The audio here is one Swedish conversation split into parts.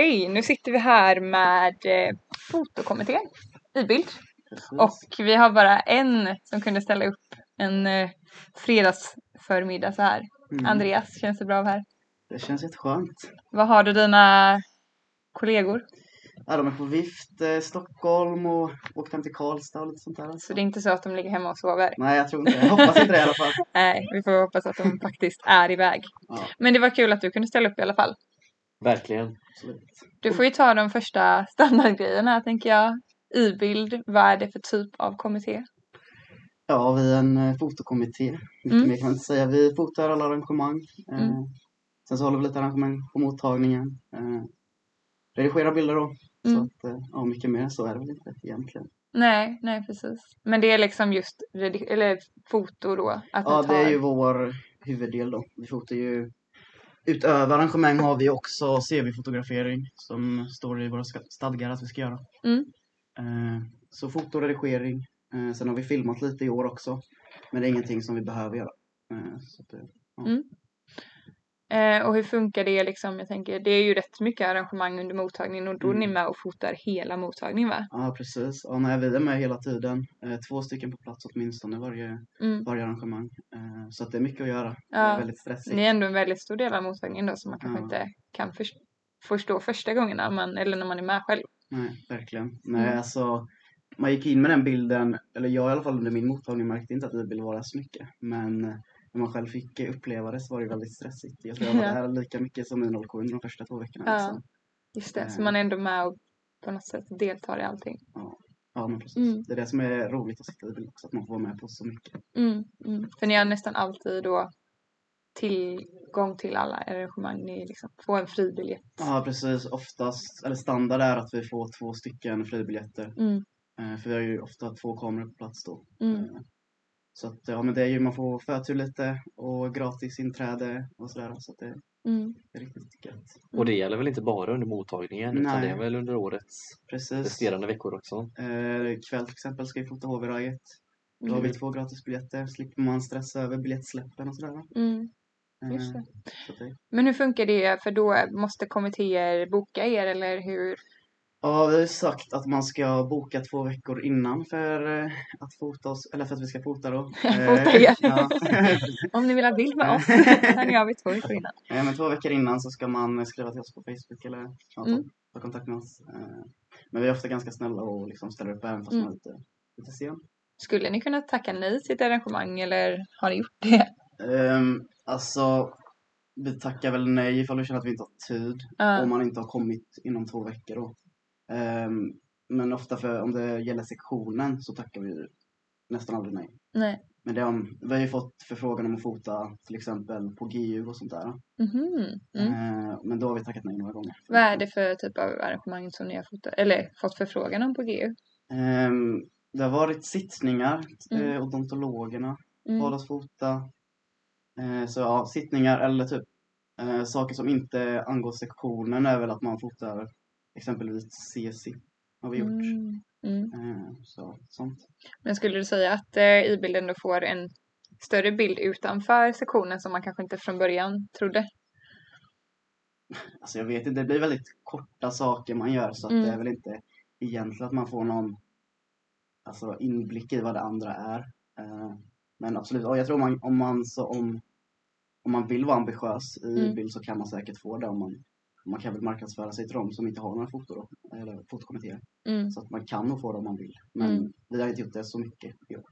Hej, nu sitter vi här med fotokommittén i bild. Precis. Och vi har bara en som kunde ställa upp en fredagsförmiddag så här. Andreas, känns det bra här? Det känns jätteskönt. Vad har du dina kollegor? Ja, de är på vift Stockholm och åkt hem till Karlstad och lite sånt där. Så det är inte så att de ligger hemma och sover? Nej, jag tror inte det. Jag hoppas inte det i alla fall. Nej, vi får hoppas att de faktiskt är iväg. Ja. Men det var kul att du kunde ställa upp i alla fall. Verkligen. Absolut. Du får ju ta de första standardgrejerna, tänker jag. I-bild, vad är det för typ av kommitté? Ja, vi är en fotokommitté. Mycket mer kan man inte säga. Vi fotar alla arrangemang. Sen så håller vi lite arrangemang på mottagningen. Redigerar bilder då. Så att, ja, mycket mer så är det väl inte egentligen. Nej, precis. Men det är liksom just foto då? Att Ja, det är ju vår huvuddel då. Vi fotar ju... Utöver arrangemang har vi också CV-fotografering som står i våra stadgar att vi ska göra. Så fotoredigering. Sen har vi filmat lite i år också. Men det är ingenting som vi behöver göra. Så att, ja. Och hur funkar det liksom? Jag tänker, det är ju rätt mycket arrangemang under mottagningen och då är ni med och fotar hela mottagningen, va? Ja, precis. Ja, nej, vi är med hela tiden. 2 stycken på plats åtminstone varje arrangemang. Så att det är mycket att göra. Det är väldigt stressigt. Ni är ändå en väldigt stor del av mottagningen då som man kanske inte kan förstå första gångerna eller när man är med själv. Nej, verkligen. Nej, alltså man gick in med den bilden, eller jag i alla fall under min mottagning märkte inte att det ville vara så mycket. Men när man själv fick uppleva det så var det väldigt stressigt. Jag tror jag var där lika mycket som i 07 under de första 2 veckorna. Ja, liksom. just det. Så man är ändå med och på något sätt deltar i allting. Ja, men precis. Det är det som är roligt att sitta i bild också, att man får vara med på så mycket. För ni har nästan alltid då tillgång till alla arrangemang. Ni liksom får en fribiljett. Ja, precis. Oftast, eller standard är att vi får 2 stycken fribiljetter. För vi har ju ofta 2 kameror på plats då. Så att, ja, men det är ju, man får förtur lite och gratis inträde och sådär. Så att det är riktigt gött. Och det gäller väl inte bara under mottagningen utan det är väl under årets resterande veckor också? Kväll till exempel ska vi fota HV-raget. Då har vi 2 gratisbiljetter. Slipper man stressa över biljettsläppen och sådär. Just det. Så Men hur funkar det? För då måste kommittéer boka er eller hur? Ja, vi har sagt att man ska boka 2 veckor innan för att fota oss, eller för att vi ska fota då. Fota er. Om ni vill ha bild med oss kan jag 2 veckor innan. Men 2 veckor innan så ska man skriva till oss på Facebook eller ta kontakt med oss. Men vi är ofta ganska snälla och liksom ställer upp även fast man är lite sen. Skulle ni kunna tacka nej till ett arrangemang eller har ni gjort det? Alltså, vi tackar väl nej ifall vi känner att vi inte har tid. Om man inte har kommit inom 2 veckor då. Men ofta om det gäller sektionen så tackar vi nästan aldrig nej. Men vi har ju fått förfrågan om att fota till exempel på GU och sånt där. Men då har vi tackat nej några gånger. Vad är det för typ av arrangemang som ni har fotat, eller fått förfrågan om på GU? Det har varit sittningar, odontologerna bad oss fota. Så ja, sittningar eller typ saker som inte angår sektionen är väl att man fotar exempelvis CC har vi gjort. Så, sånt. Men skulle du säga att i-bilden då får en större bild utanför sektionen som man kanske inte från början trodde? Alltså jag vet inte, det blir väldigt korta saker man gör så att det är väl inte egentligen att man får någon inblick i vad det andra är. Men absolut, jag tror om man vill vara ambitiös i bild så kan man säkert få det om man kan väl marknadsföra sig till dem som inte har några eller fotokommittéer. Så att man kan nog få det om man vill. Men vi har inte gjort det så mycket i år.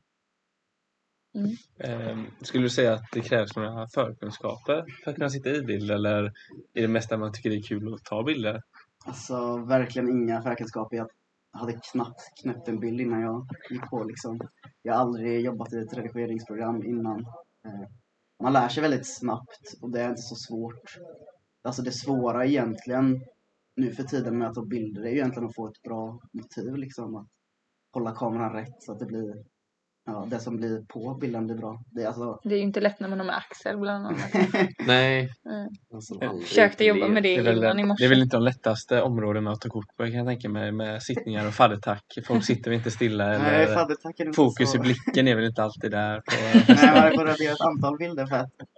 Skulle du säga att det krävs några förkunskaper för att kunna sitta i bild? Eller är det mest att man tycker det är kul att ta bilder? Alltså verkligen inga förkunskaper. Jag hade knappt knäppt en bild innan jag gick på liksom. Jag har aldrig jobbat i ett redigeringsprogram innan. Man lär sig väldigt snabbt och det är inte så svårt. Alltså det svåra egentligen nu för tiden med att ta bilder är ju egentligen att få ett bra motiv liksom. Att hålla kameran rätt så att det blir, det som blir på bilden blir bra. Det är ju inte lätt när man har med Axel bland annat. Nej. Försökte jobba med det innan i morse. Det är väl inte de lättaste områdena att ta kort på, kan jag tänka mig, med sittningar och faddertack. Folk sitter väl inte stilla eller Nej, fokus i blicken är väl inte alltid där. Nej, man får radera ett antal bilder för att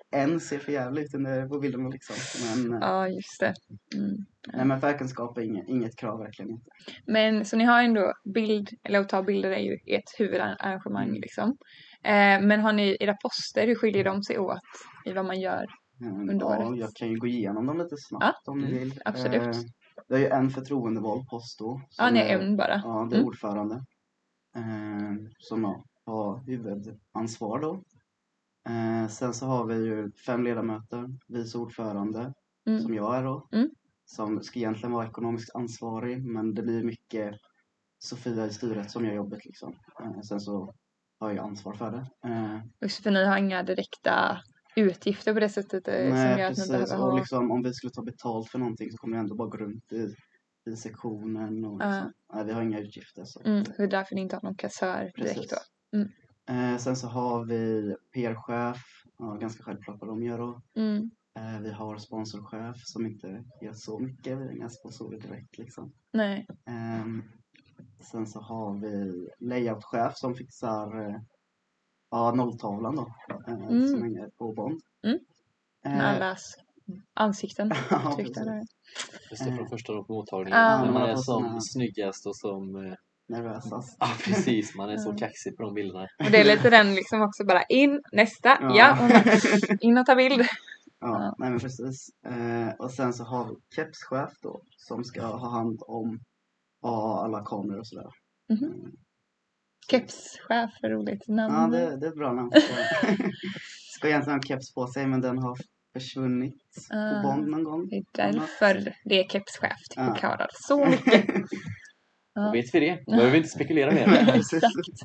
en ser för jävligt på bilderna liksom. Men, ja, just det. Nej, men förkunskap är inget krav, verkligen inte. Men så ni har ändå eller att ta bilder är ju ert huvudarrangemang liksom. Men har ni era poster, hur skiljer de sig åt i vad man gör under året? Ja, jag kan ju gå igenom dem lite snabbt om ni vill. Absolut. Det är ju en förtroendevald post då. Ja, ni är en bara. Ja, det är ordförande. Som har huvudansvar då. Sen så har vi ju 5 ledamöter, vice ordförande, som jag är då. Som ska egentligen vara ekonomiskt ansvarig, men det blir mycket Sofia i styret som gör jobbet liksom. Sen så har jag ansvar för det. Just för ni har inga direkta utgifter på det sättet. Nej, som gör precis. Att ni behöver och ha... liksom, om vi skulle ta betalt för någonting så kommer det ändå bara gå runt i sektionen. Och liksom. Nej, vi har inga utgifter. Så. Det är därför ni inte har någon kassör direkt då. Sen så har vi PR-chef. Ja, ganska självklart vad de gör då. Vi har sponsorchef som inte gör så mycket. Vi har inga sponsorer direkt liksom. Nej. Sen så har vi layoutchef som fixar nolltavlan då. Som hänger på band. Med allas ansikten. Just det, från första på mottagningen. När man är som snyggast och som nervösast. Ja, precis. Man är så kaxig på de bilderna. Och det är lite den liksom också bara in, nästa, in och ta bild. Ja, nej men precis. Och sen så har vi kepschef då som ska ha hand om alla kameror och sådär. Kepschef är roligt namn. Ja, det är ett bra namn. Ska egentligen ha keps på sig, men den har försvunnit på Bond någon gång. Det är därför det är kepschef till chockadad. Så mycket. Ja. Vet vi det? Då behöver vi inte spekulera mer. Exakt.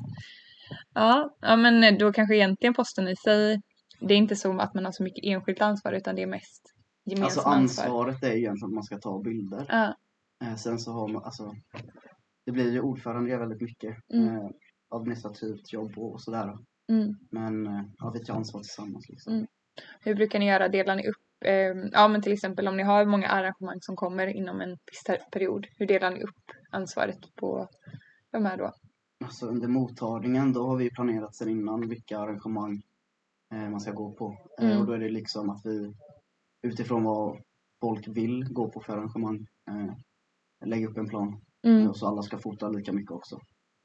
Ja, men då kanske egentligen posten i sig, det är inte så att man har så mycket enskilt ansvar, utan det är mest gemensamt ansvar. Ansvaret är ju egentligen att man ska ta bilder. Sen så har man, det blir ju ordförande gör väldigt mycket administrativt jobb och sådär. Men vi tar ansvar tillsammans liksom. Hur brukar ni göra? Delar ni upp? Men till exempel om ni har många arrangemang som kommer inom en viss period. Hur delar ni upp ansvaret på de här då? Alltså under mottagningen då har vi planerat sedan innan vilka arrangemang man ska gå på. Och då är det liksom att vi utifrån vad folk vill gå på för arrangemang lägga upp en plan. Och så alla ska fota lika mycket också.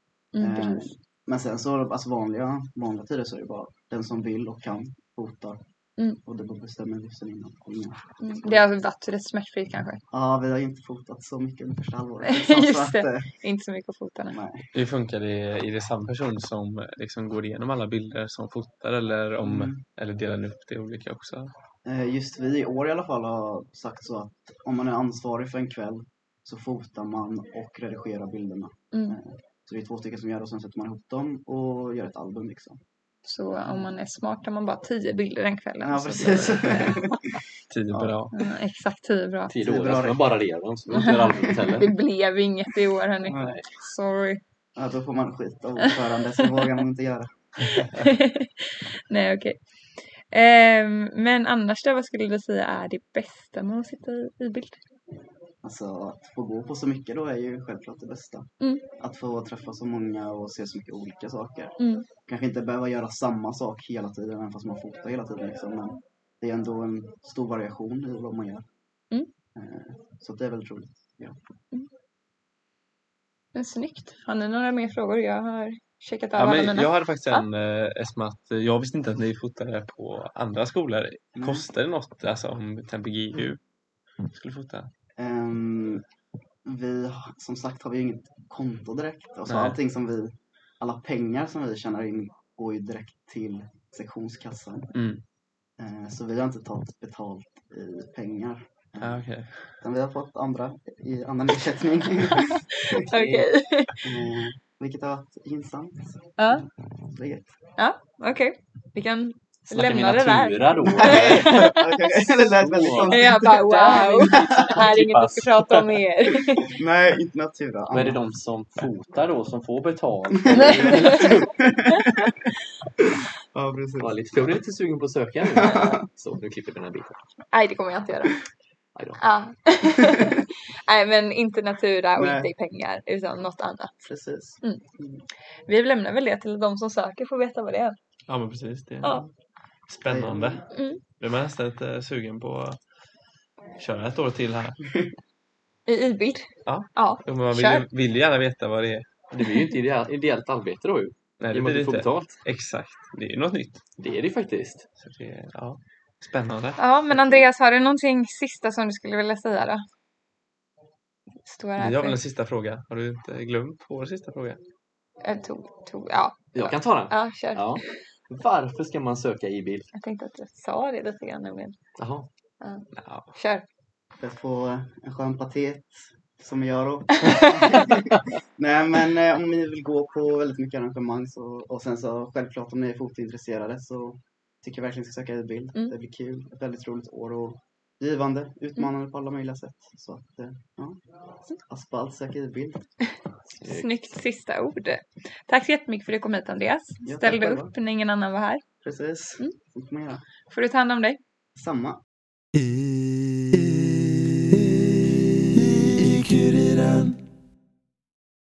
Men sen så vanliga tider så är det bara den som vill och kan fota. Och det bestämmer vi sen innan. Det har varit rätt smärtfritt kanske? Ja, vi har inte fotat så mycket under första halvåret. Just det, inte så mycket att fota. Nej. Hur funkar det? Är det samma person som liksom går igenom alla bilder som fotar eller delar ni upp det olika också? Just vi i år i alla fall har sagt så att om man är ansvarig för en kväll så fotar man och redigerar bilderna. Så det är 2 stycken som gör det och sen sätter man ihop dem och gör ett album liksom. Så om man är smart har man bara 10 bilder den kvällen. Ja, precis. 10 bra. Exakt 10 bra. 10 år, men bara det. Så inte göra albumet heller. Det blev inget i år, hörni. Nej. Sorry. Ja, då får man skit av ordförande, så vågar man inte göra. Nej, okej. Men annars då, vad skulle du säga är det bästa med att sitta i bild? Alltså att få gå på så mycket då är ju självklart det bästa. Att få träffa så många och se så mycket olika saker. Kanske inte behöva göra samma sak hela tiden, även fast man fotar hela tiden liksom. Men det är ändå en stor variation i vad man gör. Så det är väldigt roligt. Ja. Men snyggt. Har ni några mer frågor? Jag har checkat av alla mina. Jag hade faktiskt eftersom att jag visste inte att ni fotade på andra skolor. Kostar det något om till exempel GU skulle fota? Vi, som sagt, har vi inget konto direkt. Alltså allting alla pengar som vi tjänar in går ju direkt till sektionskassan. Så vi har inte tagit betalt i pengar. Okay. Utan vi har fått i annan ersättning. Okej. Vilket har varit gynnsamt. Ja. Okej. Vi kan lämna det där. Då. Det lät väldigt konstigt. Jag bara wow. Det här är inget vi ska prata om mer. Nej, inte natura. Men är det de som fotar då som får betalt? Ja, precis. Jag är lite sugen på att söka nu. Så nu klipper vi den här biten. Nej, det kommer jag inte göra. Nej, men inte natura och inte i pengar utan något annat. Precis. Vi lämnar väl det till de som söker för att veta vad det är. Ja, men precis det. Ja. Spännande. Blir man nästan lite sugen på att köra ett år till här. I i-bild? Ja. Men man vill gärna veta vad det är. Det blir ju inte ideellt arbete då ju. Nej, det blir det inte. Betalt. Exakt. Det är ju något nytt. Det är det faktiskt. Så det, spännande. Ja, men Andreas, har du någonting sista som du skulle vilja säga då? Jag har väl en sista fråga. Har du inte glömt vår sista fråga? Ja. Jag kan ta den. Ja, kör. Ja. Varför ska man söka i-bil? Jag tänkte att jag sa det lite grann nämligen. Jaha. Ja. Kör. För att få en skön patet som jag då. Nej, men om ni vill gå på väldigt mycket arrangemang och sen så självklart om ni är fotintresserade så tycker jag verkligen ska söka i-bild. Det blir kul. Ett väldigt roligt år och givande, utmanande på alla möjliga sätt. Så att, asfalt, söka i-bild. Snyggt sista ord. Tack så jättemycket för att du kom hit, Andreas. Ställde upp när ingen annan var här. Precis. Så får man göra. Får du ta hand om dig? Samma. I Kuriren.